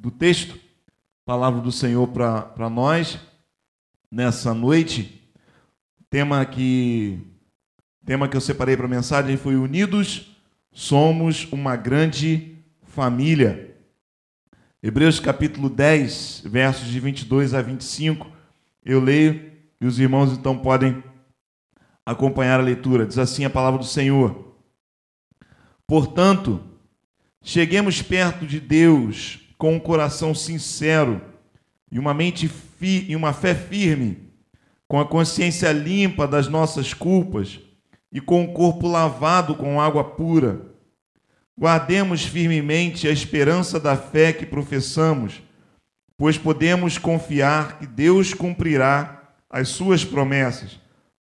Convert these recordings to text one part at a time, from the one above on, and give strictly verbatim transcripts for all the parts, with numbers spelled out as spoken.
do texto, palavra do Senhor para nós nessa noite. Tema que, tema que eu separei para a mensagem foi: Unidos somos uma grande família. Hebreus capítulo dez, versos de vinte e dois a vinte e cinco. Eu leio e os irmãos então podem acompanhar a leitura. Diz assim a palavra do Senhor: Portanto, cheguemos perto de Deus com um coração sincero e uma mente fi- e uma fé firme, com a consciência limpa das nossas culpas e com o corpo lavado com água pura. Guardemos firmemente a esperança da fé que professamos, pois podemos confiar que Deus cumprirá as suas promessas.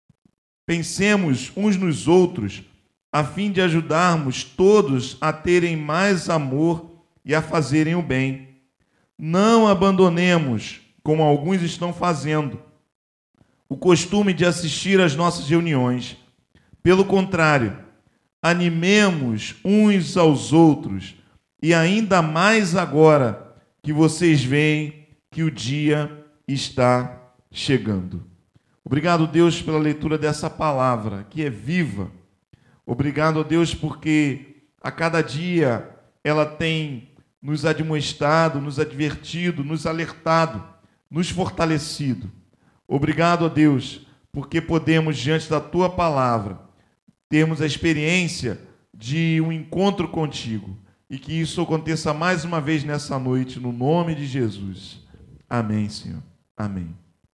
Pensemos uns nos outros, a fim de ajudarmos todos a terem mais amor e a fazerem o bem. Não abandonemos, como alguns estão fazendo, o costume de assistir às nossas reuniões. Pelo contrário, animemos uns aos outros, e ainda mais agora que vocês veem que o dia está chegando. Obrigado, Deus, pela leitura dessa palavra, que é viva. Obrigado, Deus, porque a cada dia ela tem nos admoestado, nos advertido, nos alertado, nos fortalecido. Obrigado, a Deus, porque podemos, diante da Tua palavra, termos a experiência de um encontro contigo, e que isso aconteça mais uma vez nessa noite, no nome de Jesus. Amém, Senhor. Amém.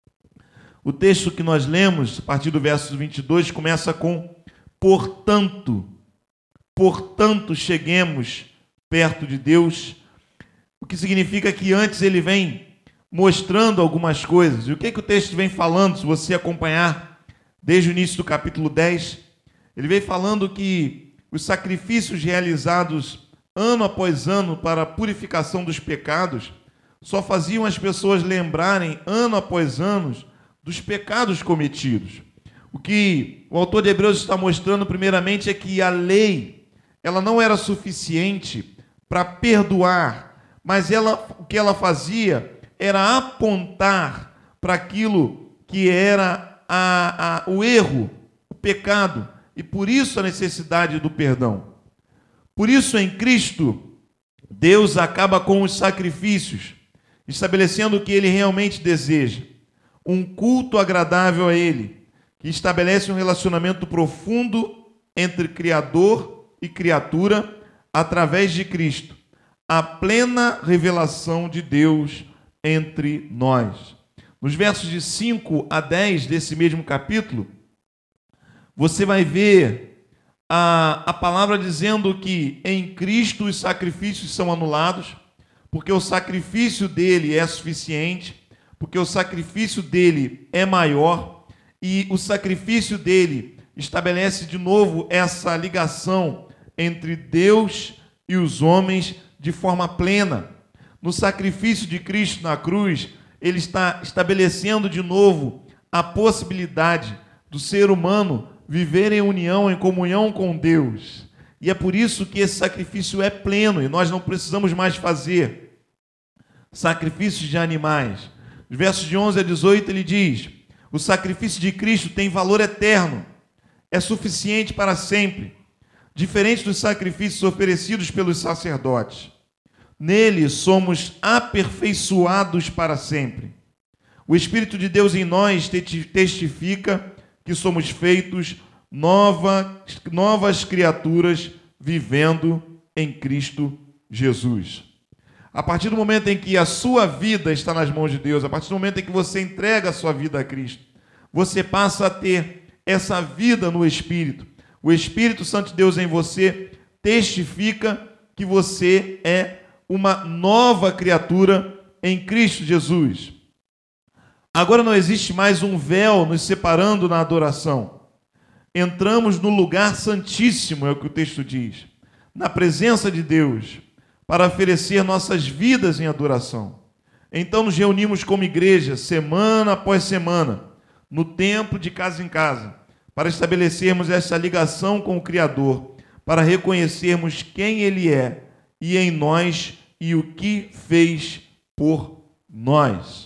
O texto que nós lemos, a partir do verso vinte e dois, começa com portanto. Portanto, cheguemos perto de Deus, o que significa que antes ele vem mostrando algumas coisas. E o que, que o texto vem falando, se você acompanhar desde o início do capítulo dez, ele vem falando que os sacrifícios realizados ano após ano para a purificação dos pecados só faziam as pessoas lembrarem, ano após ano, dos pecados cometidos. O que o autor de Hebreus está mostrando, primeiramente, é que a lei ela não era suficiente para perdoar, mas ela, o que ela fazia era apontar para aquilo que era a, a, o erro, o pecado, e por isso a necessidade do perdão. Por isso, em Cristo, Deus acaba com os sacrifícios, estabelecendo o que Ele realmente deseja: um culto agradável a Ele, que estabelece um relacionamento profundo entre Criador e criatura através de Cristo, a plena revelação de Deus entre nós. Nos versos de cinco a dez desse mesmo capítulo, você vai ver a, a palavra dizendo que em Cristo os sacrifícios são anulados, porque o sacrifício dele é suficiente, porque o sacrifício dele é maior, e o sacrifício dele estabelece de novo essa ligação entre Deus e os homens de forma plena. No sacrifício de Cristo na cruz, ele está estabelecendo de novo a possibilidade do ser humano viver em união, em comunhão com Deus. E é por isso que esse sacrifício é pleno, e nós não precisamos mais fazer sacrifícios de animais. Nos versos de onze a dezoito ele diz: o sacrifício de Cristo tem valor eterno, é suficiente para sempre, diferente dos sacrifícios oferecidos pelos sacerdotes. Nele somos aperfeiçoados para sempre. O Espírito de Deus em nós testifica que somos feitos nova, novas criaturas vivendo em Cristo Jesus. A partir do momento em que a sua vida está nas mãos de Deus, a partir do momento em que você entrega a sua vida a Cristo, você passa a ter essa vida no Espírito. O Espírito Santo de Deus em você testifica que você é uma nova criatura em Cristo Jesus. Agora não existe mais um véu nos separando na adoração. Entramos no lugar santíssimo, é o que o texto diz, na presença de Deus, para oferecer nossas vidas em adoração. Então nos reunimos como igreja, semana após semana, no templo, de casa em casa, para estabelecermos essa ligação com o Criador, para reconhecermos quem Ele é e em nós e o que fez por nós.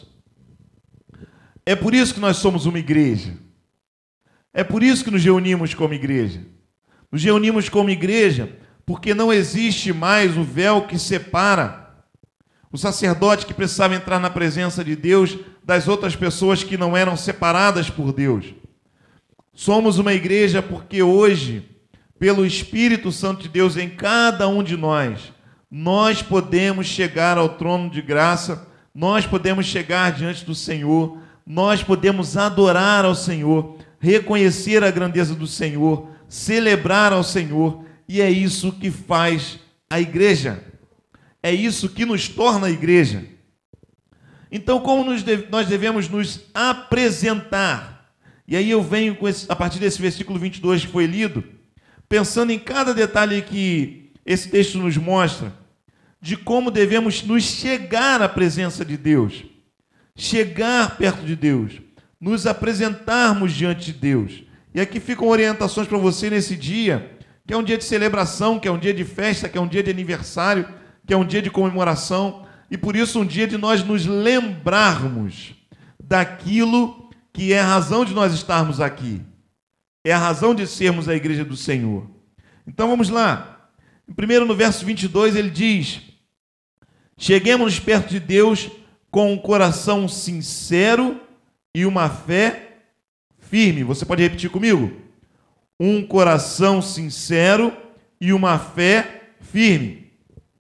É por isso que nós somos uma igreja. É por isso que nos reunimos como igreja. Nos reunimos como igreja porque não existe mais o véu que separa o sacerdote que precisava entrar na presença de Deus das outras pessoas que não eram separadas por Deus. Somos uma igreja porque hoje, pelo Espírito Santo de Deus em cada um de nós, nós podemos chegar ao trono de graça, nós podemos chegar diante do Senhor, nós podemos adorar ao Senhor, reconhecer a grandeza do Senhor, celebrar ao Senhor, e é isso que faz a igreja. É isso que nos torna a igreja. Então, como nos deve, nós devemos nos apresentar? E aí eu venho, com esse, a partir desse versículo vinte e dois que foi lido, pensando em cada detalhe que esse texto nos mostra, de como devemos nos chegar à presença de Deus, chegar perto de Deus, nos apresentarmos diante de Deus. E aqui ficam orientações para você nesse dia, que é um dia de celebração, que é um dia de festa, que é um dia de aniversário, que é um dia de comemoração, e por isso um dia de nós nos lembrarmos daquilo que é a razão de nós estarmos aqui. É a razão de sermos a igreja do Senhor. Então vamos lá. Primeiro no verso vinte e dois ele diz: cheguemos perto de Deus com um coração sincero e uma fé firme. Você pode repetir comigo? Um coração sincero e uma fé firme.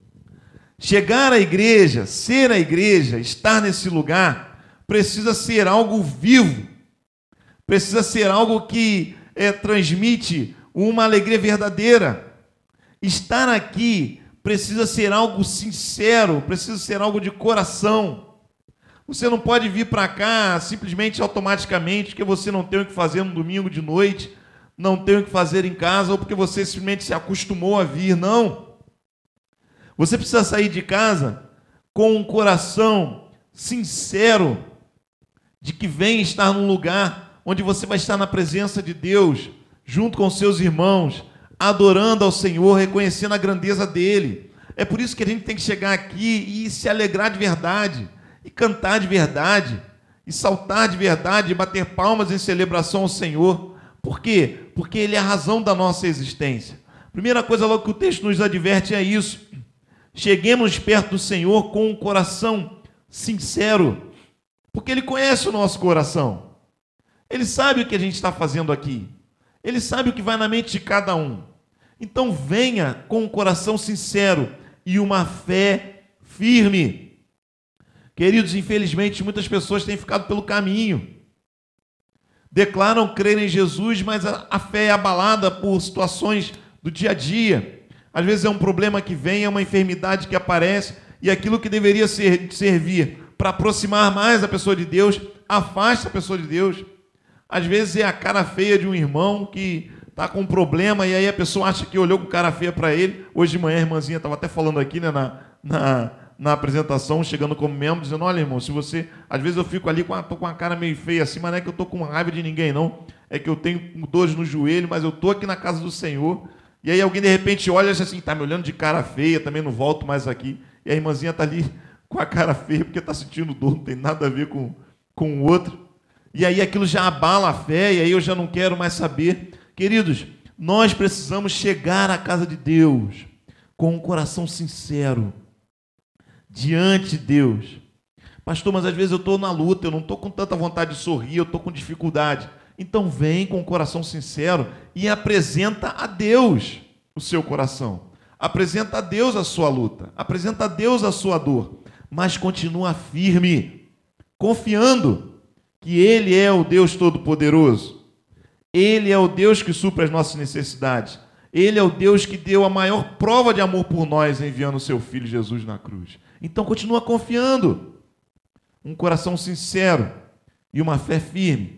Chegar à igreja, ser a igreja, estar nesse lugar, precisa ser algo vivo. Precisa ser algo que é, transmite uma alegria verdadeira. Estar aqui precisa ser algo sincero, precisa ser algo de coração. Você não pode vir para cá simplesmente automaticamente porque você não tem o que fazer no domingo de noite, não tem o que fazer em casa, ou porque você simplesmente se acostumou a vir, não. Você precisa sair de casa com um coração sincero de que vem estar num lugar onde você vai estar na presença de Deus, junto com seus irmãos, adorando ao Senhor, reconhecendo a grandeza dEle. É por isso que a gente tem que chegar aqui e se alegrar de verdade, e cantar de verdade, e saltar de verdade, e bater palmas em celebração ao Senhor. Por quê? Porque Ele é a razão da nossa existência. Primeira coisa logo que o texto nos adverte é isso. Cheguemos perto do Senhor com um coração sincero, porque Ele conhece o nosso coração. Ele sabe o que a gente está fazendo aqui. Ele sabe o que vai na mente de cada um. Então venha com um coração sincero e uma fé firme. Queridos, infelizmente, muitas pessoas têm ficado pelo caminho. Declaram crer em Jesus, mas a, a fé é abalada por situações do dia a dia. Às vezes é um problema que vem, é uma enfermidade que aparece, e aquilo que deveria ser, servir para aproximar mais a pessoa de Deus, afasta a pessoa de Deus. Às vezes é a cara feia de um irmão que está com um problema, e aí a pessoa acha que olhou com cara feia para ele. Hoje de manhã a irmãzinha estava até falando aqui, né, na, na, na apresentação, chegando como membro, dizendo: olha, irmão, se você... Às vezes eu fico ali, com a, tô com a cara meio feia assim, mas não é que eu estou com raiva de ninguém, não. É que eu tenho dores no joelho, mas eu estou aqui na casa do Senhor. E aí alguém de repente olha e diz assim: está me olhando de cara feia, também não volto mais aqui. E a irmãzinha está ali com a cara feia porque está sentindo dor, não tem nada a ver com, com o outro. E aí aquilo já abala a fé, e aí eu já não quero mais saber. Queridos, nós precisamos chegar à casa de Deus com um coração sincero, diante de Deus. Pastor, mas às vezes eu estou na luta, eu não estou com tanta vontade de sorrir, eu estou com dificuldade. Então vem com o coração sincero e apresenta a Deus o seu coração. Apresenta a Deus a sua luta. Apresenta a Deus a sua dor. Mas continua firme, confiando que Ele é o Deus Todo-Poderoso. Ele é o Deus que supre as nossas necessidades. Ele é o Deus que deu a maior prova de amor por nós, enviando o seu Filho Jesus na cruz. Então continua confiando. Um coração sincero e uma fé firme.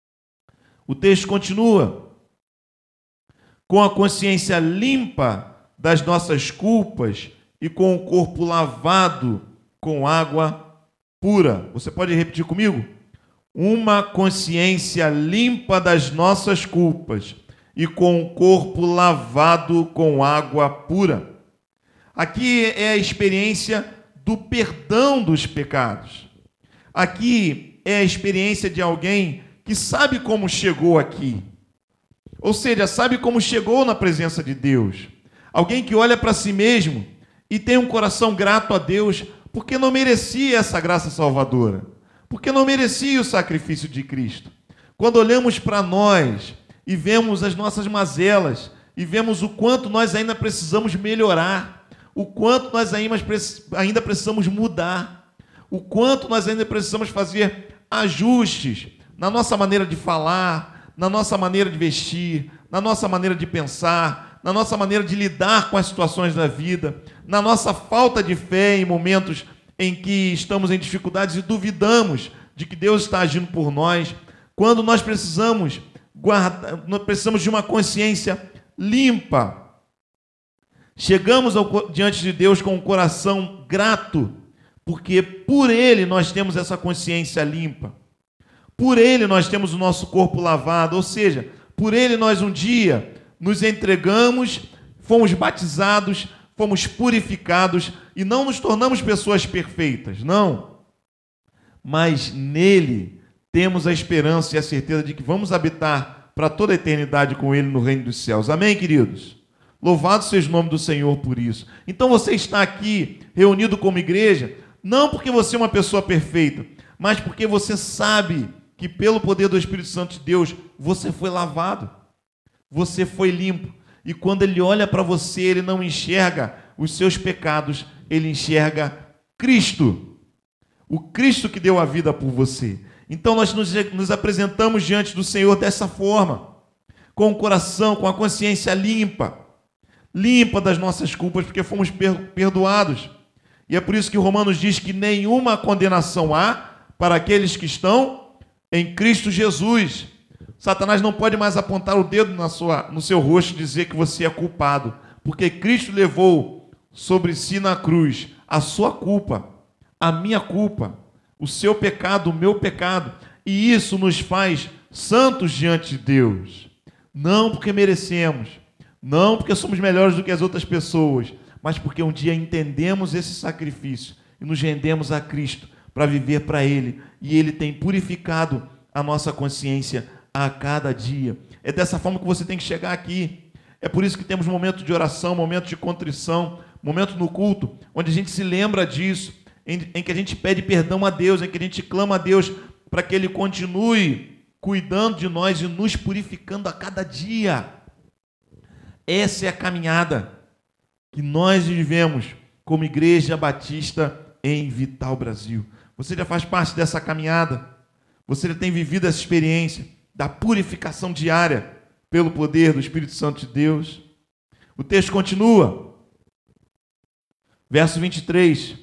O texto continua: com a consciência limpa das nossas culpas e com o corpo lavado com água pura. Você pode repetir comigo? Uma consciência limpa das nossas culpas e com o corpo lavado com água pura. Aqui é a experiência do perdão dos pecados. Aqui é a experiência de alguém que sabe como chegou aqui. Ou seja, sabe como chegou na presença de Deus. Alguém que olha para si mesmo e tem um coração grato a Deus porque não merecia essa graça salvadora, porque não merecia o sacrifício de Cristo. Quando olhamos para nós e vemos as nossas mazelas e vemos o quanto nós ainda precisamos melhorar, o quanto nós ainda precisamos mudar, o quanto nós ainda precisamos fazer ajustes na nossa maneira de falar, na nossa maneira de vestir, na nossa maneira de pensar, na nossa maneira de lidar com as situações da vida, na nossa falta de fé em momentos em que estamos em dificuldades e duvidamos de que Deus está agindo por nós, quando nós precisamos guardar, nós precisamos de uma consciência limpa. Chegamos ao, diante de Deus com um coração grato, porque por Ele nós temos essa consciência limpa. Por Ele nós temos o nosso corpo lavado, ou seja, por Ele nós um dia nos entregamos, fomos batizados, fomos purificados e não nos tornamos pessoas perfeitas, não. Mas nele temos a esperança e a certeza de que vamos habitar para toda a eternidade com Ele no reino dos céus. Amém, queridos? Louvado seja o nome do Senhor por isso. Então você está aqui reunido como igreja, não porque você é uma pessoa perfeita, mas porque você sabe que pelo poder do Espírito Santo de Deus, você foi lavado, você foi limpo. E quando Ele olha para você, Ele não enxerga os seus pecados, Ele enxerga Cristo. O Cristo que deu a vida por você. Então nós nos, nos apresentamos diante do Senhor dessa forma, com o coração, com a consciência limpa, limpa das nossas culpas, porque fomos perdoados. E é por isso que Romanos diz que nenhuma condenação há para aqueles que estão em Cristo Jesus. Satanás não pode mais apontar o dedo na sua, no seu rosto e dizer que você é culpado, porque Cristo levou sobre si na cruz a sua culpa, a minha culpa, o seu pecado, o meu pecado, e isso nos faz santos diante de Deus. Não porque merecemos, não porque somos melhores do que as outras pessoas, mas porque um dia entendemos esse sacrifício e nos rendemos a Cristo para viver para Ele, e Ele tem purificado a nossa consciência a cada dia. É dessa forma que você tem que chegar aqui. É por isso que temos momentos de oração, momentos de contrição, momentos no culto, onde a gente se lembra disso, em, em que a gente pede perdão a Deus, em que a gente clama a Deus para que Ele continue cuidando de nós e nos purificando a cada dia. Essa é a caminhada que nós vivemos como Igreja Batista em Vital Brasil. Você já faz parte dessa caminhada, você já tem vivido essa experiência da purificação diária pelo poder do Espírito Santo de Deus. O texto continua, verso vinte e três.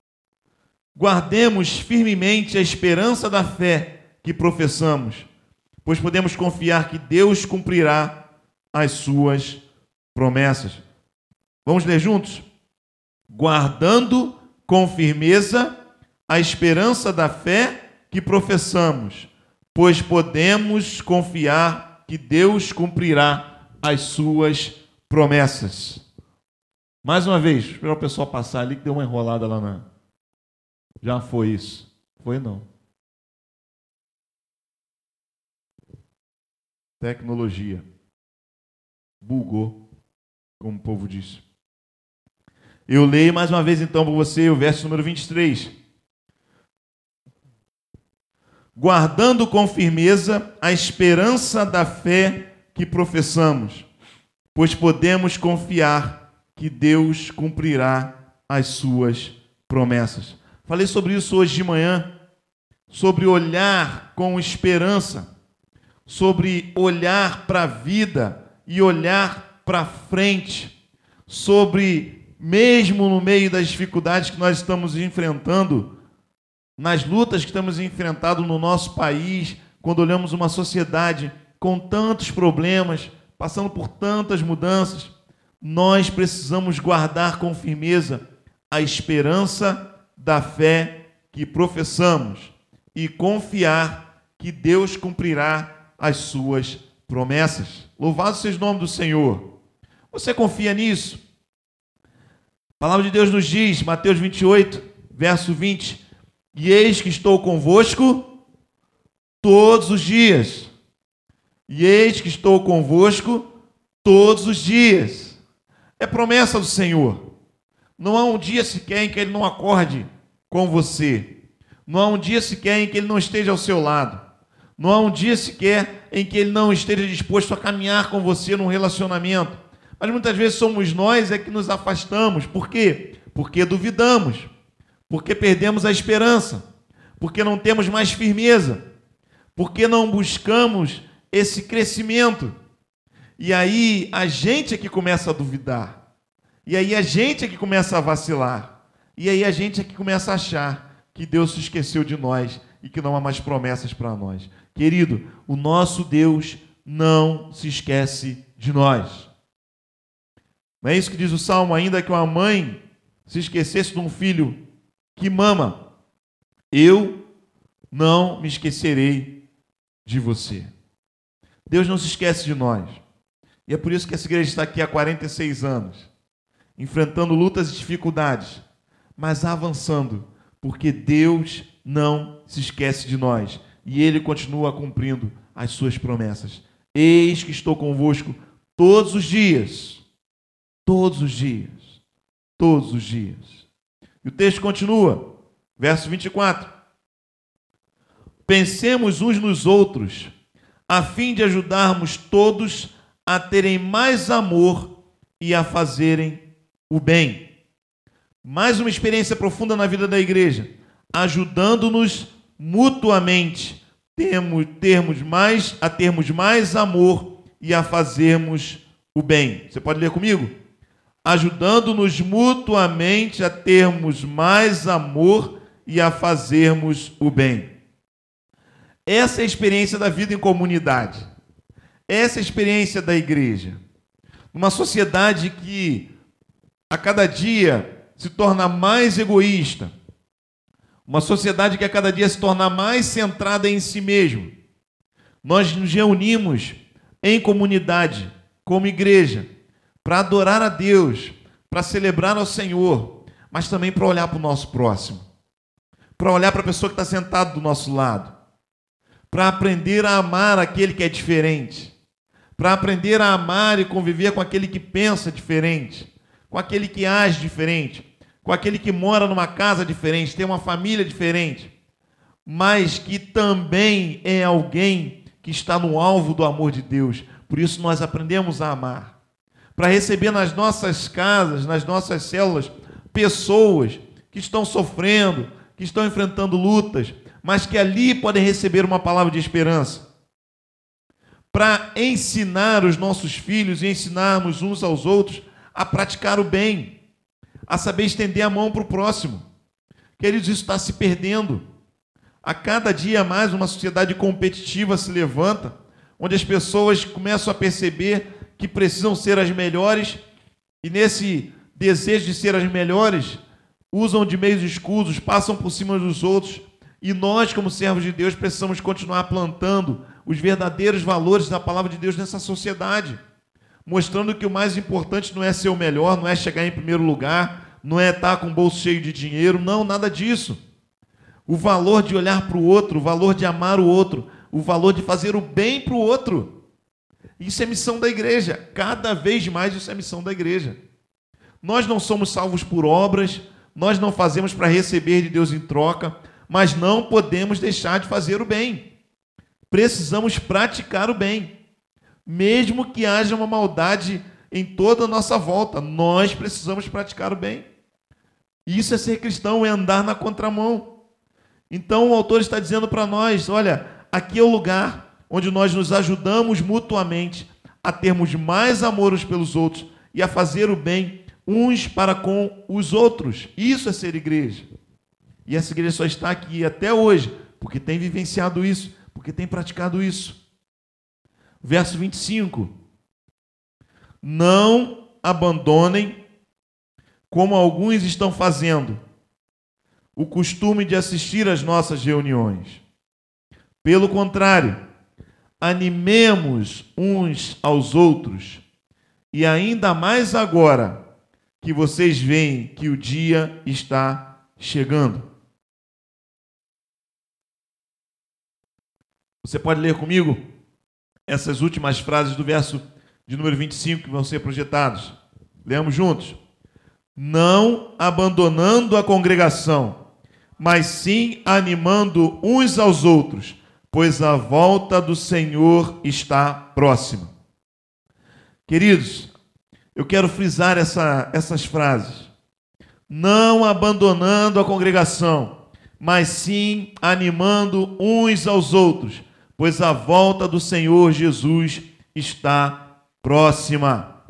Guardemos firmemente a esperança da fé que professamos, pois podemos confiar que Deus cumprirá as suas promessas. Vamos ler juntos? Guardando com firmeza a esperança da fé que professamos, pois podemos confiar que Deus cumprirá as suas promessas. Mais uma vez, esperar o pessoal passar ali, que deu uma enrolada lá na... Já foi isso? Foi não. Tecnologia. Bugou, como o povo disse. Eu leio mais uma vez então para você o verso número vinte e três. Guardando com firmeza a esperança da fé que professamos, pois podemos confiar que Deus cumprirá as suas promessas. Falei sobre isso hoje de manhã, sobre olhar com esperança, sobre olhar para a vida e olhar para frente, sobre, mesmo no meio das dificuldades que nós estamos enfrentando, nas lutas que estamos enfrentando no nosso país, quando olhamos uma sociedade com tantos problemas, passando por tantas mudanças, nós precisamos guardar com firmeza a esperança da fé que professamos e confiar que Deus cumprirá as suas promessas. Louvado seja o nome do Senhor. Você confia nisso? palavra de Deus nos diz, Mateus vinte e oito, verso vinte, e eis que estou convosco todos os dias. E eis que estou convosco todos os dias. É promessa do Senhor. Não há um dia sequer em que Ele não acorde com você. Não há um dia sequer em que Ele não esteja ao seu lado. Não há um dia sequer em que Ele não esteja disposto a caminhar com você num relacionamento. Mas muitas vezes somos nós é que nos afastamos. Por quê? Porque duvidamos. Porque perdemos a esperança. Porque não temos mais firmeza. Porque não buscamos esse crescimento. E aí a gente é que começa a duvidar. E aí a gente é que começa a vacilar. E aí a gente é que começa a achar que Deus se esqueceu de nós e que não há mais promessas para nós. Querido, o nosso Deus não se esquece de nós. Não é isso que diz o Salmo? Ainda que uma mãe se esquecesse de um filho que mama, eu não me esquecerei de você. Deus não se esquece de nós. E é por isso que essa igreja está aqui há quarenta e seis anos, enfrentando lutas e dificuldades, mas avançando, porque Deus não se esquece de nós e Ele continua cumprindo as suas promessas. Eis que estou convosco todos os dias, todos os dias, todos os dias. E o texto continua, verso vinte e quatro. Pensemos uns nos outros, a fim de ajudarmos todos a terem mais amor e a fazerem o bem. Mais uma experiência profunda na vida da igreja, ajudando-nos mutuamente, termos, termos mais, a termos mais amor e a fazermos o bem. Você pode ler comigo? Ajudando-nos mutuamente a termos mais amor e a fazermos o bem. Essa é a experiência da vida em comunidade. Essa é a experiência da igreja. Uma sociedade que a cada dia se torna mais egoísta. Uma sociedade que a cada dia se torna mais centrada em si mesmo. Nós nos reunimos em comunidade, como igreja, para adorar a Deus, para celebrar ao Senhor, mas também para olhar para o nosso próximo, para olhar para a pessoa que está sentada do nosso lado, para aprender a amar aquele que é diferente, para aprender a amar e conviver com aquele que pensa diferente, com aquele que age diferente, com aquele que mora numa casa diferente, tem uma família diferente, mas que também é alguém que está no alvo do amor de Deus. Por isso nós aprendemos a amar, para receber nas nossas casas, nas nossas células, pessoas que estão sofrendo, que estão enfrentando lutas, mas que ali podem receber uma palavra de esperança, para ensinar os nossos filhos e ensinarmos uns aos outros a praticar o bem, a saber estender a mão para o próximo. Queridos, isso está se perdendo. A cada dia mais uma sociedade competitiva se levanta, onde as pessoas começam a perceber que precisam ser as melhores e nesse desejo de ser as melhores, usam de meios escusos, passam por cima dos outros. E nós, como servos de Deus, precisamos continuar plantando os verdadeiros valores da palavra de Deus nessa sociedade, mostrando que o mais importante não é ser o melhor, não é chegar em primeiro lugar, não é estar com o bolso cheio de dinheiro, não, nada disso. O valor de olhar para o outro, o valor de amar o outro, o valor de fazer o bem para o outro. Isso é missão da igreja, cada vez mais isso é missão da igreja. Nós não somos salvos por obras, nós não fazemos para receber de Deus em troca, mas não podemos deixar de fazer o bem. Precisamos praticar o bem. Mesmo que haja uma maldade em toda a nossa volta, nós precisamos praticar o bem. Isso é ser cristão, é andar na contramão. Então o autor está dizendo para nós, olha, aqui é o lugar onde nós nos ajudamos mutuamente a termos mais amor uns pelos outros e a fazer o bem uns para com os outros. Isso é ser igreja. E essa igreja só está aqui até hoje porque tem vivenciado isso, porque tem praticado isso. Verso vinte e cinco. Não abandonem, como alguns estão fazendo, o costume de assistir às nossas reuniões. Pelo contrário, animemos uns aos outros, e ainda mais agora que vocês veem que o dia está chegando. Você pode ler comigo essas últimas frases do verso de número vinte e cinco que vão ser projetados. Leamos juntos. Não abandonando a congregação, mas sim animando uns aos outros, pois a volta do Senhor está próxima. Queridos, eu quero frisar essa, essas frases. Não abandonando a congregação, mas sim animando uns aos outros, pois a volta do Senhor Jesus está próxima.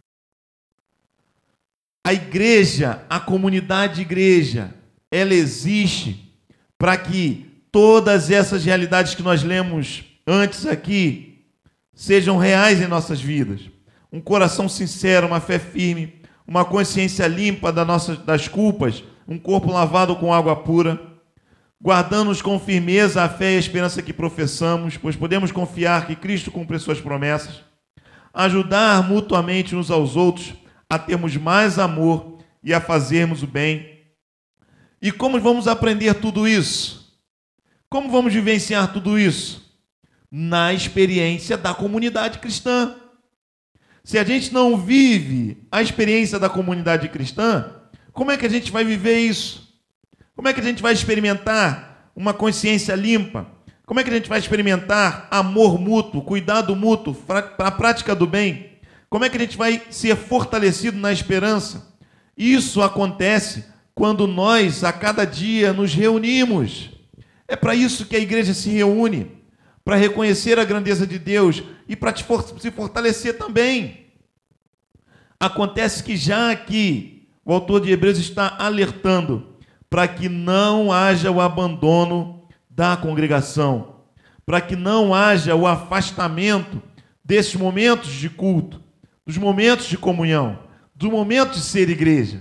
A igreja, a comunidade igreja, ela existe para que todas essas realidades que nós lemos antes aqui sejam reais em nossas vidas. Um coração sincero, uma fé firme, uma consciência limpa das nossas, das culpas, um corpo lavado com água pura, guardando-nos com firmeza a fé e a esperança que professamos, pois podemos confiar que Cristo cumpre suas promessas, ajudar mutuamente uns aos outros a termos mais amor e a fazermos o bem. E como vamos aprender tudo isso? Como vamos vivenciar tudo isso? Na experiência da comunidade cristã. Se a gente não vive a experiência da comunidade cristã, como é que a gente vai viver isso? Como é que a gente vai experimentar uma consciência limpa? Como é que a gente vai experimentar amor mútuo, cuidado mútuo, para a prática do bem? Como é que a gente vai ser fortalecido na esperança? Isso acontece quando nós, a cada dia, nos reunimos. É para isso que a igreja se reúne, para reconhecer a grandeza de Deus e para se fortalecer também. Acontece que já aqui, o autor de Hebreus está alertando para que não haja o abandono da congregação, para que não haja o afastamento desses momentos de culto, dos momentos de comunhão, do momento de ser igreja.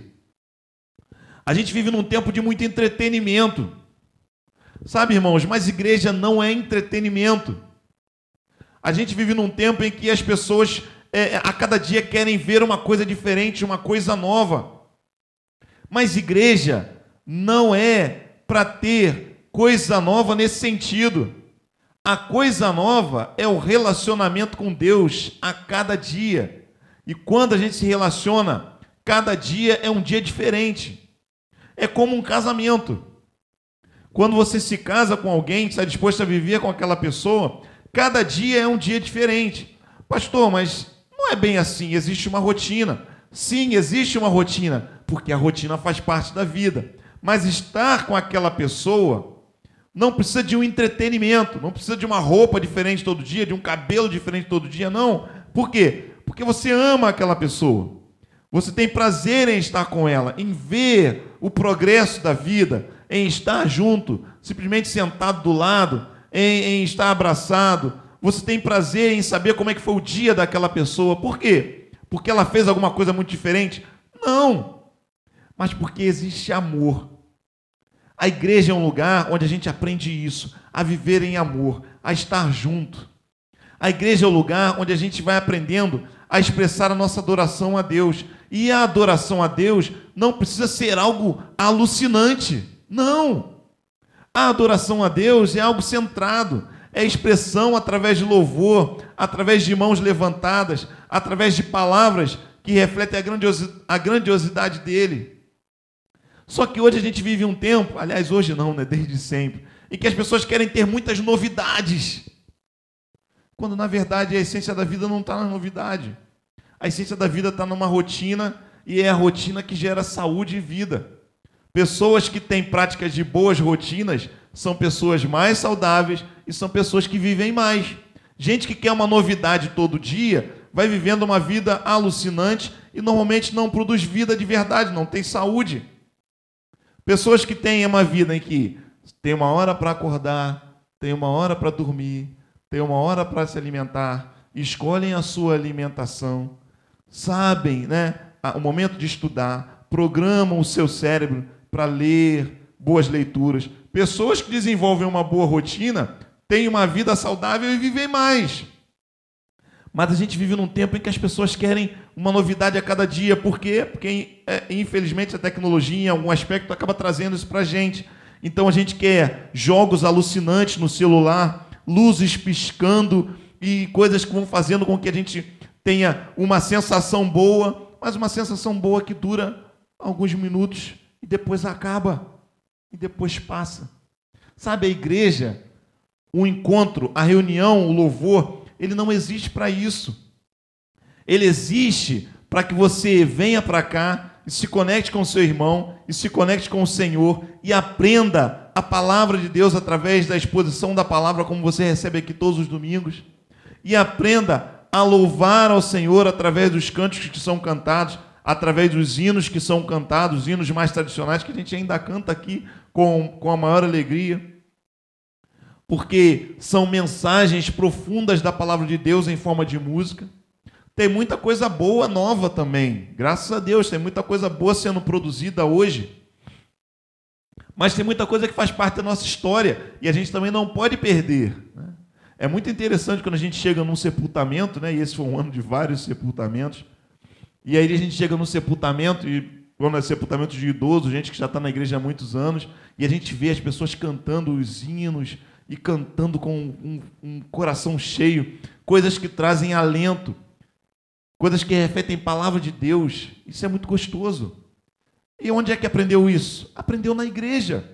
A gente vive num tempo de muito entretenimento. Sabe, irmãos, mas igreja não é entretenimento. A gente vive num tempo em que as pessoas é, a cada dia querem ver uma coisa diferente, uma coisa nova. Mas igreja não é para ter coisa nova nesse sentido. A coisa nova é o relacionamento com Deus a cada dia. E quando a gente se relaciona, cada dia é um dia diferente. É como um casamento. Quando você se casa com alguém, está disposto a viver com aquela pessoa, cada dia é um dia diferente. Pastor, mas não é bem assim, existe uma rotina. Sim, existe uma rotina, porque a rotina faz parte da vida. Mas estar com aquela pessoa não precisa de um entretenimento, não precisa de uma roupa diferente todo dia, de um cabelo diferente todo dia, não. Por quê? Porque você ama aquela pessoa. Você tem prazer em estar com ela, em ver o progresso da vida, em estar junto, simplesmente sentado do lado, em, em estar abraçado. Você tem prazer em saber como é que foi o dia daquela pessoa. Por quê? Porque ela fez alguma coisa muito diferente? Não. Mas porque existe amor. A igreja é um lugar onde a gente aprende isso, a viver em amor, a estar junto. A igreja é o lugar onde a gente vai aprendendo a expressar a nossa adoração a Deus. E a adoração a Deus não precisa ser algo alucinante. Não. A adoração a Deus é algo centrado. É expressão através de louvor, através de mãos levantadas, através de palavras que refletem a grandiosidade, a grandiosidade dele. Só que hoje a gente vive um tempo, aliás, hoje não, né? Desde sempre, em que as pessoas querem ter muitas novidades. Quando, na verdade, a essência da vida não está na novidade. A essência da vida está numa rotina, e é a rotina que gera saúde e vida. Pessoas que têm práticas de boas rotinas são pessoas mais saudáveis e são pessoas que vivem mais. Gente que quer uma novidade todo dia vai vivendo uma vida alucinante e normalmente não produz vida de verdade, não tem saúde. Pessoas que têm uma vida em que tem uma hora para acordar, tem uma hora para dormir, tem uma hora para se alimentar, escolhem a sua alimentação, sabem, né, o momento de estudar, programam o seu cérebro para ler boas leituras. Pessoas que desenvolvem uma boa rotina têm uma vida saudável e vivem mais. Mas a gente vive num tempo em que as pessoas querem uma novidade a cada dia. Por quê? Porque, é, infelizmente, a tecnologia, em algum aspecto, acaba trazendo isso para a gente. Então, a gente quer jogos alucinantes no celular, luzes piscando e coisas que vão fazendo com que a gente tenha uma sensação boa, mas uma sensação boa que dura alguns minutos e depois acaba, e depois passa. Sabe, a igreja, o encontro, a reunião, o louvor, ele não existe para isso. Ele existe para que você venha para cá e se conecte com o seu irmão, e se conecte com o Senhor, e aprenda a palavra de Deus através da exposição da palavra, como você recebe aqui todos os domingos, e aprenda a louvar ao Senhor através dos cânticos que são cantados, através dos hinos que são cantados, os hinos mais tradicionais, que a gente ainda canta aqui com, com a maior alegria, porque são mensagens profundas da palavra de Deus em forma de música. Tem muita coisa boa nova também, graças a Deus, tem muita coisa boa sendo produzida hoje, mas tem muita coisa que faz parte da nossa história e a gente também não pode perder, né? É muito interessante quando a gente chega num sepultamento, né? E esse foi um ano de vários sepultamentos, e aí a gente chega num sepultamento, e quando é sepultamento de idoso, gente que já está na igreja há muitos anos, e a gente vê as pessoas cantando os hinos e cantando com um, um coração cheio, coisas que trazem alento, coisas que refletem a palavra de Deus. Isso é muito gostoso. E onde é que aprendeu isso? Aprendeu na igreja.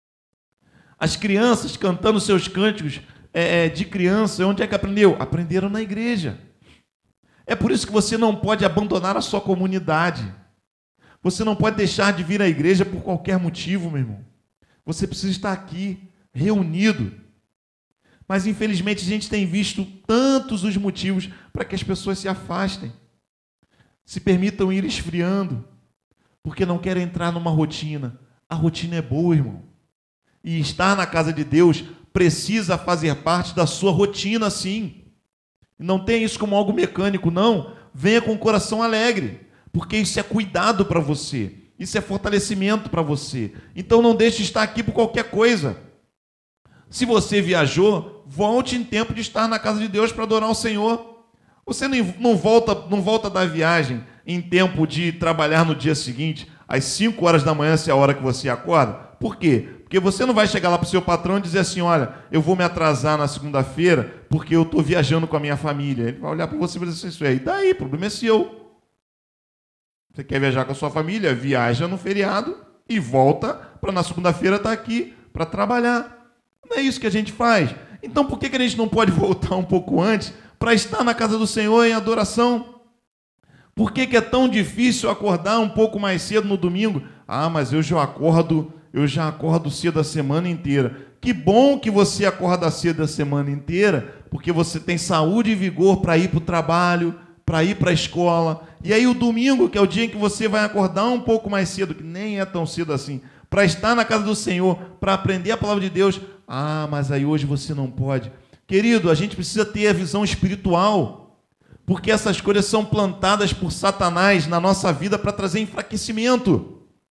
As crianças cantando seus cânticos é, de criança, onde é que aprendeu? Aprenderam na igreja. É por isso que você não pode abandonar a sua comunidade. Você não pode deixar de vir à igreja por qualquer motivo, meu irmão. Você precisa estar aqui, reunido. Mas, infelizmente, a gente tem visto tantos os motivos para que as pessoas se afastem, se permitam ir esfriando, porque não querem entrar numa rotina. A rotina é boa, irmão. E estar na casa de Deus precisa fazer parte da sua rotina, sim. Não tenha isso como algo mecânico, não. Venha com o coração alegre, porque isso é cuidado para você, isso é fortalecimento para você. Então não deixe de estar aqui por qualquer coisa. Se você viajou, volte em tempo de estar na casa de Deus para adorar o Senhor. Você não volta, não volta da viagem em tempo de trabalhar no dia seguinte, às cinco horas da manhã, se é a hora que você acorda. Por quê? Porque você não vai chegar lá para o seu patrão e dizer assim, olha, eu vou me atrasar na segunda-feira porque eu estou viajando com a minha família. Ele vai olhar para você e vai dizer assim, e daí? O problema é seu. Você quer viajar com a sua família? Viaja no feriado e volta para na segunda-feira estar aqui para trabalhar. Não é isso que a gente faz. Então por que que a gente não pode voltar um pouco antes para estar na casa do Senhor em adoração? Por que que é tão difícil acordar um pouco mais cedo no domingo? Ah, mas eu já acordo, eu já acordo cedo a semana inteira. Que bom que você acorda cedo a semana inteira, porque você tem saúde e vigor para ir para o trabalho, para ir para a escola. E aí o domingo, que é o dia em que você vai acordar um pouco mais cedo, que nem é tão cedo assim, para estar na casa do Senhor, para aprender a palavra de Deus. Ah, mas aí hoje você não pode. Querido, a gente precisa ter a visão espiritual, porque essas coisas são plantadas por Satanás na nossa vida para trazer enfraquecimento.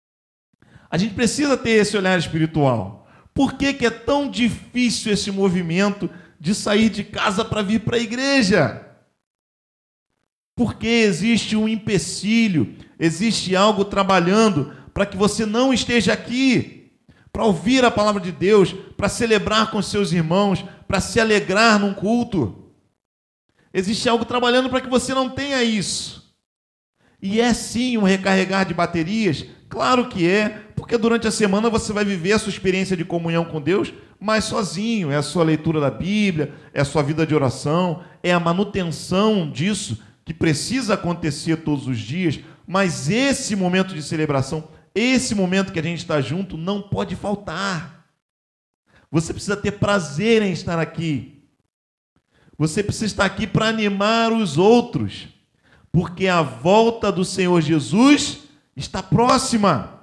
A gente precisa ter esse olhar espiritual. Por que que é tão difícil esse movimento de sair de casa para vir para a igreja? Porque existe um empecilho, existe algo trabalhando para que você não esteja aqui, para ouvir a palavra de Deus, para celebrar com seus irmãos, para se alegrar num culto. Existe algo trabalhando para que você não tenha isso. E é sim um recarregar de baterias? Claro que é, porque durante a semana você vai viver a sua experiência de comunhão com Deus, mas sozinho. É a sua leitura da Bíblia, é a sua vida de oração, é a manutenção disso que precisa acontecer todos os dias, mas esse momento de celebração, esse momento que a gente está junto, não pode faltar. Você precisa ter prazer em estar aqui. Você precisa estar aqui para animar os outros, porque a volta do Senhor Jesus está próxima.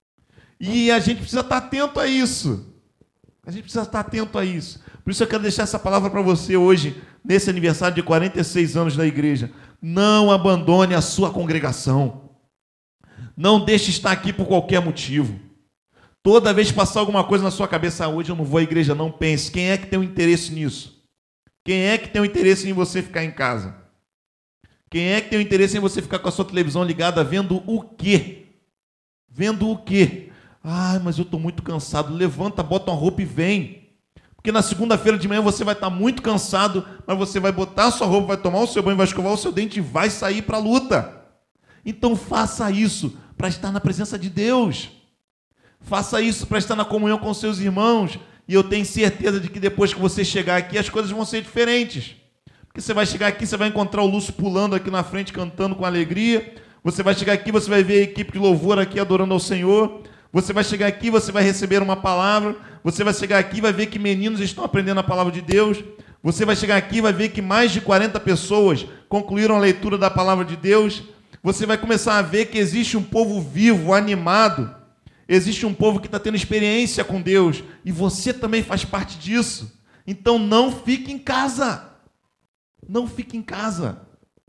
E a gente precisa estar atento a isso. A gente precisa estar atento a isso. Por isso eu quero deixar essa palavra para você hoje, nesse aniversário de quarenta e seis anos da igreja. Não abandone a sua congregação. Não deixe estar aqui por qualquer motivo. Toda vez que passar alguma coisa na sua cabeça, ah, hoje eu não vou à igreja, não pense. Quem é que tem um interesse nisso? Quem é que tem um interesse em você ficar em casa? Quem é que tem o interesse em você ficar com a sua televisão ligada vendo o quê? Vendo o quê? Ai, mas eu estou muito cansado. Levanta, bota uma roupa e vem. Porque na segunda-feira de manhã você vai estar muito cansado, mas você vai botar a sua roupa, vai tomar o seu banho, vai escovar o seu dente e vai sair para a luta. Então faça isso para estar na presença de Deus. Faça isso para estar na comunhão com seus irmãos. E eu tenho certeza de que depois que você chegar aqui, as coisas vão ser diferentes. Porque você vai chegar aqui, você vai encontrar o Lúcio pulando aqui na frente, cantando com alegria. Você vai chegar aqui, você vai ver a equipe de louvor aqui adorando ao Senhor. Você vai chegar aqui, você vai receber uma palavra. Você vai chegar aqui e vai ver que meninos estão aprendendo a palavra de Deus. Você vai chegar aqui e vai ver que mais de quarenta pessoas concluíram a leitura da palavra de Deus. Você vai começar a ver que existe um povo vivo, animado. Existe um povo que está tendo experiência com Deus. E você também faz parte disso. Então não fique em casa. Não fique em casa.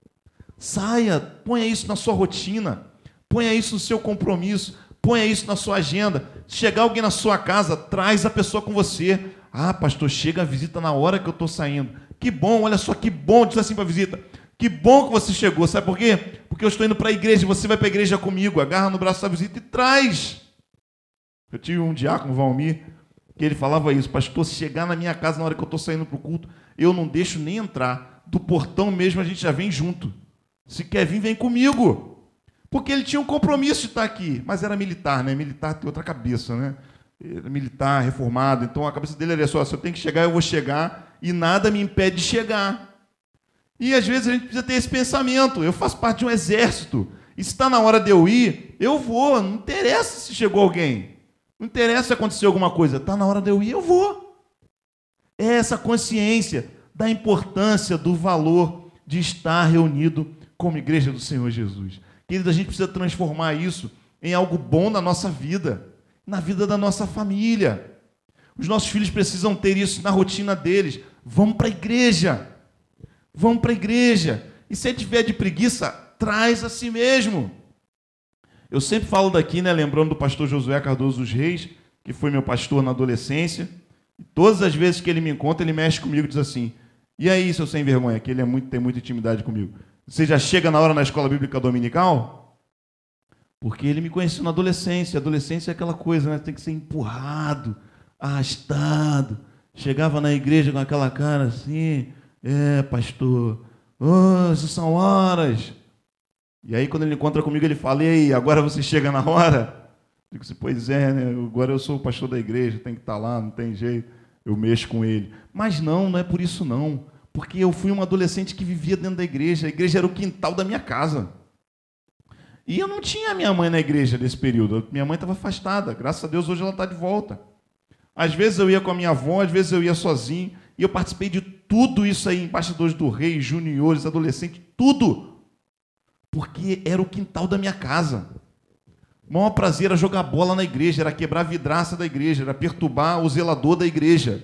Saia, ponha isso na sua rotina. Ponha isso no seu compromisso. Ponha isso na sua agenda. Se chegar alguém na sua casa, traz a pessoa com você. Ah, pastor, chega a visita na hora que eu estou saindo. Que bom, olha só, que bom, diz assim para a visita. Que bom que você chegou, sabe por quê? Porque eu estou indo para a igreja, você vai para a igreja comigo. Agarra no braço da visita e traz. Eu tive um diácono, Valmir, que ele falava isso. Pastor, se chegar na minha casa na hora que eu estou saindo para o culto, eu não deixo nem entrar. Do portão mesmo a gente já vem junto. Se quer vir, vem comigo. Porque ele tinha um compromisso de estar aqui. Mas era militar, né? Militar tem outra cabeça, né? Era militar, reformado. Então a cabeça dele era só, se eu tenho que chegar, eu vou chegar. E nada me impede de chegar. E às vezes a gente precisa ter esse pensamento. Eu faço parte de um exército. E se está na hora de eu ir, eu vou. Não interessa se chegou alguém. Não interessa se aconteceu alguma coisa. Está na hora de eu ir, eu vou. É essa consciência da importância, do valor de estar reunido como igreja do Senhor Jesus. Queridos, a gente precisa transformar isso em algo bom na nossa vida, na vida da nossa família. Os nossos filhos precisam ter isso na rotina deles. Vamos para a igreja. Vamos para a igreja. E se ele tiver de preguiça, traz a si mesmo. Eu sempre falo daqui, né, lembrando do pastor Josué Cardoso dos Reis, que foi meu pastor na adolescência. E todas as vezes que ele me encontra, ele mexe comigo e diz assim, e aí, seu sem vergonha, que ele é muito, tem muita intimidade comigo. Você já chega na hora na escola bíblica dominical? Porque ele me conheceu na adolescência. A adolescência é aquela coisa, né? Tem que ser empurrado, arrastado. Chegava na igreja com aquela cara assim, é, pastor, oh, essas são horas. E aí, quando ele encontra comigo, ele fala, e aí, agora você chega na hora? Eu digo assim, pois é, né? Agora eu sou o pastor da igreja, tem que estar lá, não tem jeito. Eu mexo com ele. Mas não, não é por isso não. Porque eu fui um adolescente que vivia dentro da igreja. A igreja era o quintal da minha casa. E eu não tinha minha mãe na igreja nesse período. Minha mãe estava afastada. Graças a Deus, hoje ela está de volta. Às vezes eu ia com a minha avó, às vezes eu ia sozinho. E eu participei de tudo isso aí, embaixadores do rei, juniores, adolescentes, tudo. Porque era o quintal da minha casa. O maior prazer era jogar bola na igreja, era quebrar a vidraça da igreja, era perturbar o zelador da igreja.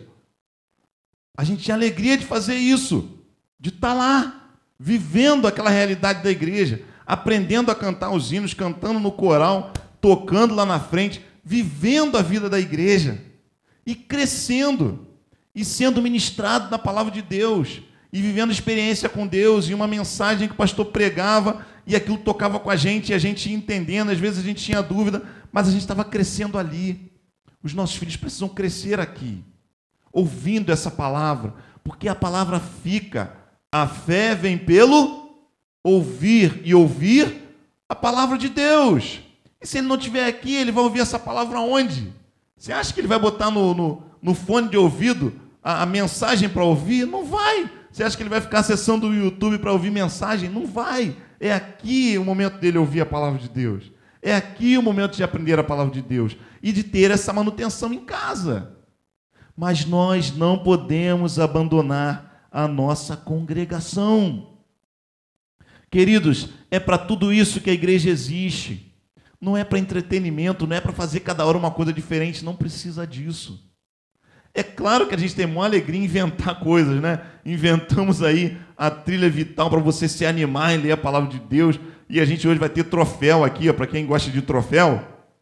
A gente tinha alegria de fazer isso, de estar lá, vivendo aquela realidade da igreja, aprendendo a cantar os hinos, cantando no coral, tocando lá na frente, vivendo a vida da igreja e crescendo e sendo ministrado na palavra de Deus e vivendo experiência com Deus e uma mensagem que o pastor pregava e aquilo tocava com a gente e a gente ia entendendo, às vezes a gente tinha dúvida, mas a gente estava crescendo ali. Os nossos filhos precisam crescer aqui, ouvindo essa palavra, porque a palavra fica. A fé vem pelo ouvir, e ouvir a palavra de Deus. E se ele não estiver aqui, ele vai ouvir essa palavra onde? Você acha que ele vai botar no, no, no fone de ouvido a, a mensagem para ouvir? Não vai. Você acha que ele vai ficar acessando o YouTube para ouvir mensagem? Não vai. É aqui o momento dele ouvir a palavra de Deus. É aqui o momento de aprender a palavra de Deus e de ter essa manutenção em casa. Mas nós não podemos abandonar a nossa congregação. Queridos, é para tudo isso que a igreja existe. Não é para entretenimento, não é para fazer cada hora uma coisa diferente, não precisa disso. É claro que a gente tem uma alegria em inventar coisas, né? Inventamos aí a trilha vital para você se animar em ler a palavra de Deus. E a gente hoje vai ter troféu aqui, para quem gosta de troféu.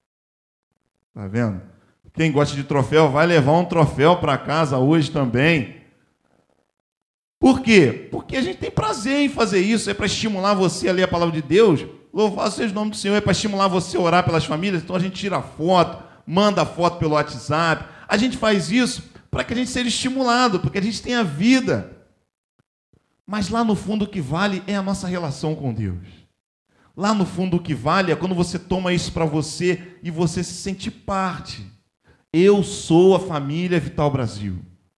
Tá vendo? Quem gosta de troféu vai levar um troféu para casa hoje também. Por quê? Porque a gente tem prazer em fazer isso, é para estimular você a ler a palavra de Deus. Louvado seja o nome do Senhor, é para estimular você a orar pelas famílias. Então a gente tira foto, manda foto pelo WhatsApp. A gente faz isso para que a gente seja estimulado, porque a gente tenha vida. Mas lá no fundo o que vale é a nossa relação com Deus. Lá no fundo o que vale é quando você toma isso para você e você se sente parte. Eu sou a família Vital Brasil.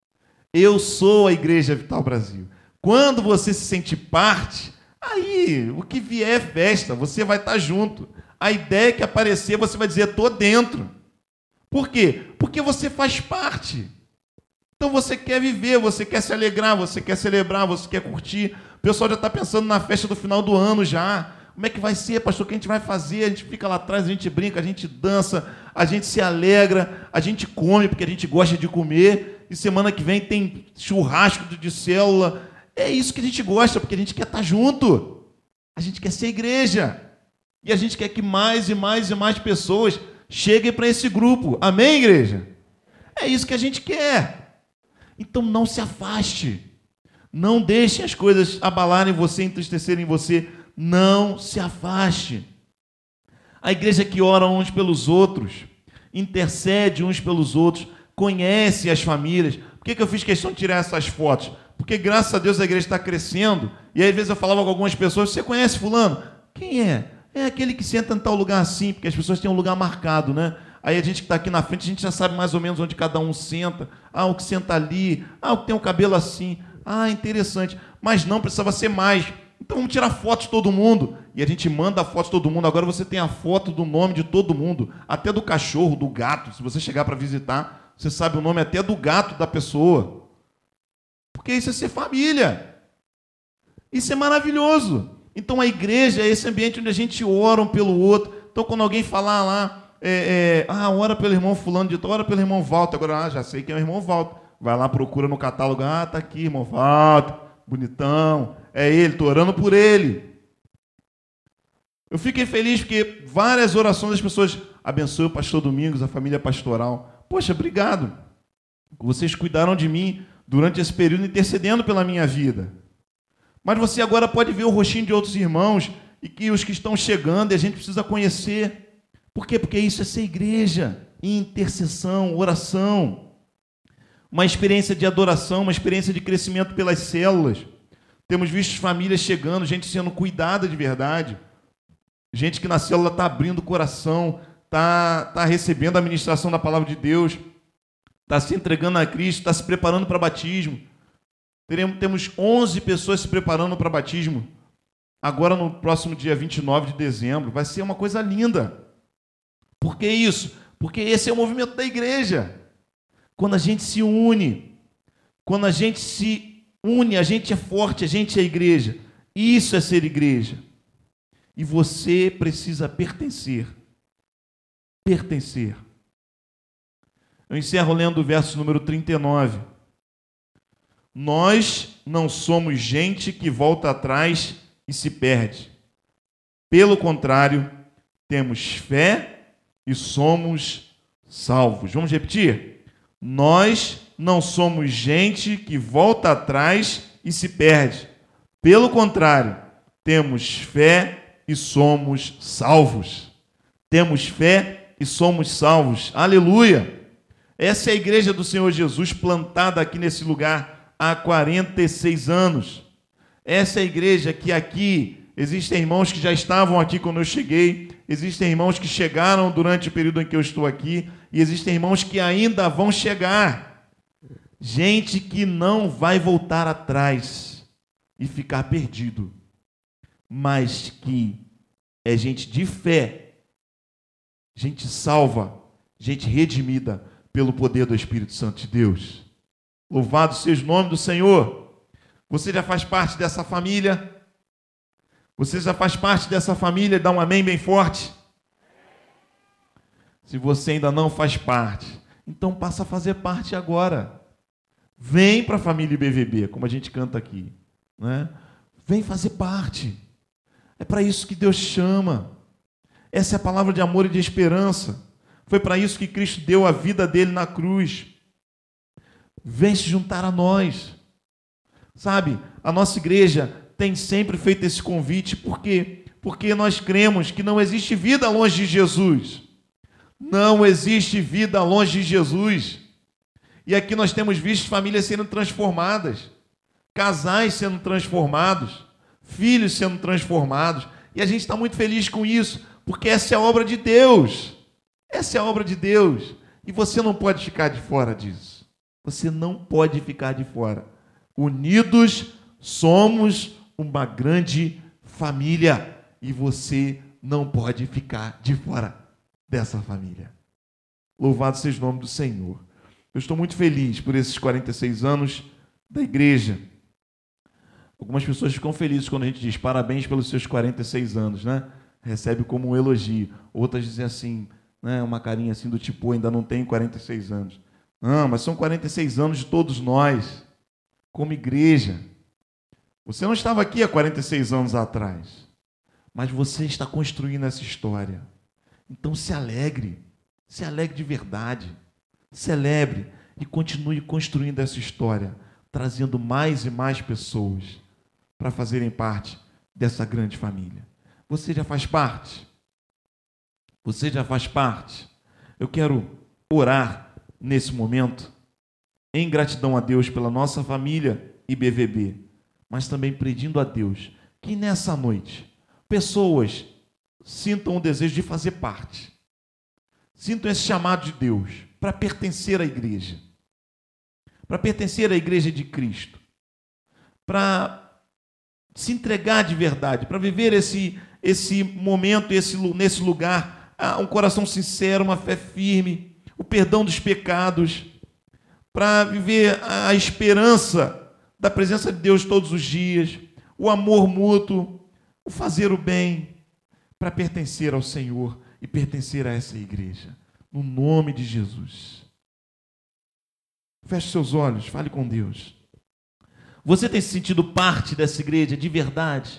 Eu sou a Igreja Vital Brasil. Quando você se sente parte, aí o que vier é festa, você vai estar junto. A ideia é que aparecer, você vai dizer, estou dentro. Por quê? Porque você faz parte. Então você quer viver, você quer se alegrar, você quer celebrar, você quer curtir. O pessoal já está pensando na festa do final do ano já. Como é que vai ser, pastor? O que a gente vai fazer? A gente fica lá atrás, a gente brinca, a gente dança, a gente se alegra, a gente come, porque a gente gosta de comer. E semana que vem tem churrasco de célula. É isso que a gente gosta, porque a gente quer estar junto. A gente quer ser igreja. E a gente quer que mais e mais e mais pessoas cheguem para esse grupo. Amém, igreja? É isso que a gente quer. Então não se afaste. Não deixem as coisas abalarem você, entristecerem você. Não se afaste. A igreja que ora uns pelos outros, intercede uns pelos outros, conhece as famílias. Por que que eu fiz questão de tirar essas fotos? Porque graças a Deus a igreja está crescendo. E aí, às vezes eu falava com algumas pessoas, você conhece fulano? Quem é? É aquele que senta em tal lugar assim, porque as pessoas têm um lugar marcado, né? Aí a gente que está aqui na frente, a gente já sabe mais ou menos onde cada um senta. Ah, o que senta ali. Ah, o que tem o cabelo assim. Ah, interessante. Mas não, precisava ser mais. Então vamos tirar foto de todo mundo. E a gente manda a foto de todo mundo. Agora você tem a foto do nome de todo mundo. Até do cachorro, do gato. Se você chegar para visitar, você sabe o nome até do gato da pessoa. Porque isso é ser família. Isso é maravilhoso. Então a igreja é esse ambiente onde a gente ora um pelo outro. Então quando alguém falar lá, É, é, ah, ora pelo irmão fulano de tal, ora pelo irmão Walter. Agora, ah, já sei quem é o irmão Walter. Vai lá, procura no catálogo. Ah, tá aqui, irmão Walter. Bonitão. É ele, estou orando por ele. Eu fiquei feliz porque várias orações das pessoas abençoe o pastor Domingos, a família pastoral. Poxa, obrigado. Vocês cuidaram de mim durante esse período, intercedendo pela minha vida. Mas você agora pode ver o rostinho de outros irmãos e que os que estão chegando e a gente precisa conhecer. Por quê? Porque isso é ser igreja, intercessão, oração. Uma experiência de adoração, uma experiência de crescimento pelas células. Temos visto famílias chegando, gente sendo cuidada de verdade. Gente que na célula está abrindo o coração, está tá recebendo a ministração da palavra de Deus, está se entregando a Cristo, está se preparando para batismo. Teremos, temos onze pessoas se preparando para batismo. Agora no próximo dia vinte e nove de dezembro. Vai ser uma coisa linda. Por que isso? Porque esse é o movimento da igreja. Quando a gente se une, quando a gente se une, a gente é forte, a gente é igreja. Isso é ser igreja. E você precisa pertencer. Pertencer. Eu encerro lendo o verso número trinta e nove. Nós não somos gente que volta atrás e se perde. Pelo contrário, temos fé e somos salvos. Vamos repetir? Nós não somos gente que volta atrás e se perde. Pelo contrário, temos fé e somos salvos. Temos fé e somos salvos. Aleluia! Essa é a igreja do Senhor Jesus, plantada aqui nesse lugar há quarenta e seis anos. Essa é a igreja que aqui existem irmãos que já estavam aqui quando eu cheguei, existem irmãos que chegaram durante o período em que eu estou aqui, e existem irmãos que ainda vão chegar. Gente que não vai voltar atrás e ficar perdido, mas que é gente de fé, gente salva, gente redimida pelo poder do Espírito Santo de Deus. Louvado seja o nome do Senhor. Você já faz parte dessa família? Você já faz parte dessa família? Dá um amém bem forte. Se você ainda não faz parte, então passa a fazer parte agora. Vem para a família B V B, como a gente canta aqui, né? Vem fazer parte. É para isso que Deus chama. Essa é a palavra de amor e de esperança. Foi para isso que Cristo deu a vida dele na cruz. Vem se juntar a nós. Sabe, a nossa igreja tem sempre feito esse convite, por quê? Porque nós cremos que não existe vida longe de Jesus. Não existe vida longe de Jesus. E aqui nós temos visto famílias sendo transformadas, casais sendo transformados, filhos sendo transformados, e a gente está muito feliz com isso, porque essa é a obra de Deus. Essa é a obra de Deus. E você não pode ficar de fora disso. Você não pode ficar de fora. Unidos somos uma grande família, e você não pode ficar de fora dessa família. Louvado seja o nome do Senhor. Eu estou muito feliz por esses quarenta e seis anos da igreja. Algumas pessoas ficam felizes quando a gente diz parabéns pelos seus quarenta e seis anos, né? Recebe como um elogio. Outras dizem assim, né? Uma carinha assim do tipo, ainda não tenho quarenta e seis anos. Não, mas são quarenta e seis anos de todos nós, como igreja. Você não estava aqui há quarenta e seis anos atrás, mas você está construindo essa história. Então se alegre, se alegre de verdade. Celebre e continue construindo essa história, trazendo mais e mais pessoas para fazerem parte dessa grande família. Você já faz parte? Você já faz parte? Eu quero orar nesse momento em gratidão a Deus pela nossa família I B V B, mas também pedindo a Deus que nessa noite pessoas sintam o desejo de fazer parte, sintam esse chamado de Deus para pertencer à igreja, para pertencer à igreja de Cristo, para se entregar de verdade, para viver esse, esse momento, esse, nesse lugar, um coração sincero, uma fé firme, o perdão dos pecados, para viver a esperança da presença de Deus todos os dias, o amor mútuo, o fazer o bem, para pertencer ao Senhor e pertencer a essa igreja. No nome de Jesus. Feche seus olhos, fale com Deus. Você tem se sentido parte dessa igreja de verdade?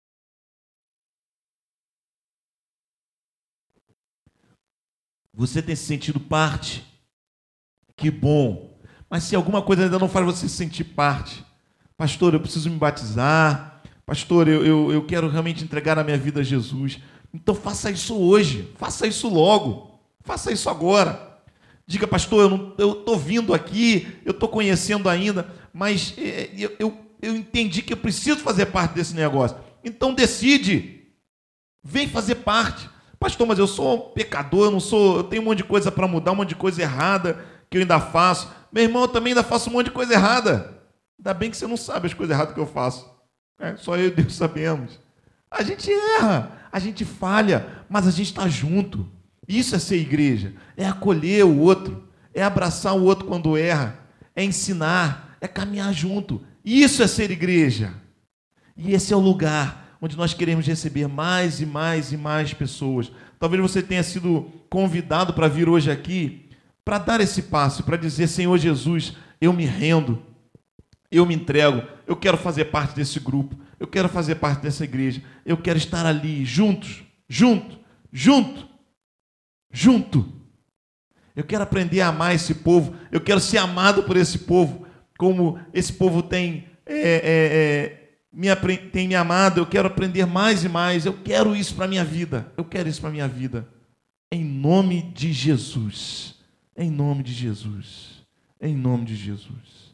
Você tem se sentido parte? Que bom. Mas se alguma coisa ainda não faz você se sentir parte, pastor, eu preciso me batizar, pastor, eu, eu, eu quero realmente entregar a minha vida a Jesus, então faça isso hoje, faça isso logo. Faça isso agora. Diga, pastor, eu estou vindo aqui, eu estou conhecendo ainda, mas é, eu, eu, eu entendi que eu preciso fazer parte desse negócio. Então decide. Vem fazer parte. Pastor, mas eu sou um pecador, eu não sou, eu tenho um monte de coisa para mudar, um monte de coisa errada que eu ainda faço. Meu irmão, eu também ainda faço um monte de coisa errada. Ainda bem que você não sabe as coisas erradas que eu faço. É, só eu e Deus sabemos. A gente erra, a gente falha, mas a gente está junto. Isso é ser igreja, é acolher o outro, é abraçar o outro quando erra, é ensinar, é caminhar junto. Isso é ser igreja. E esse é o lugar onde nós queremos receber mais e mais e mais pessoas. Talvez você tenha sido convidado para vir hoje aqui, para dar esse passo, para dizer, Senhor Jesus, eu me rendo, eu me entrego, eu quero fazer parte desse grupo, eu quero fazer parte dessa igreja, eu quero estar ali, juntos, junto, junto, junto. Eu quero aprender a amar esse povo, eu quero ser amado por esse povo, como esse povo tem, é, é, é, me, tem me amado, eu quero aprender mais e mais, eu quero isso para a minha vida, eu quero isso para a minha vida. Em nome de Jesus, em nome de Jesus, em nome de Jesus.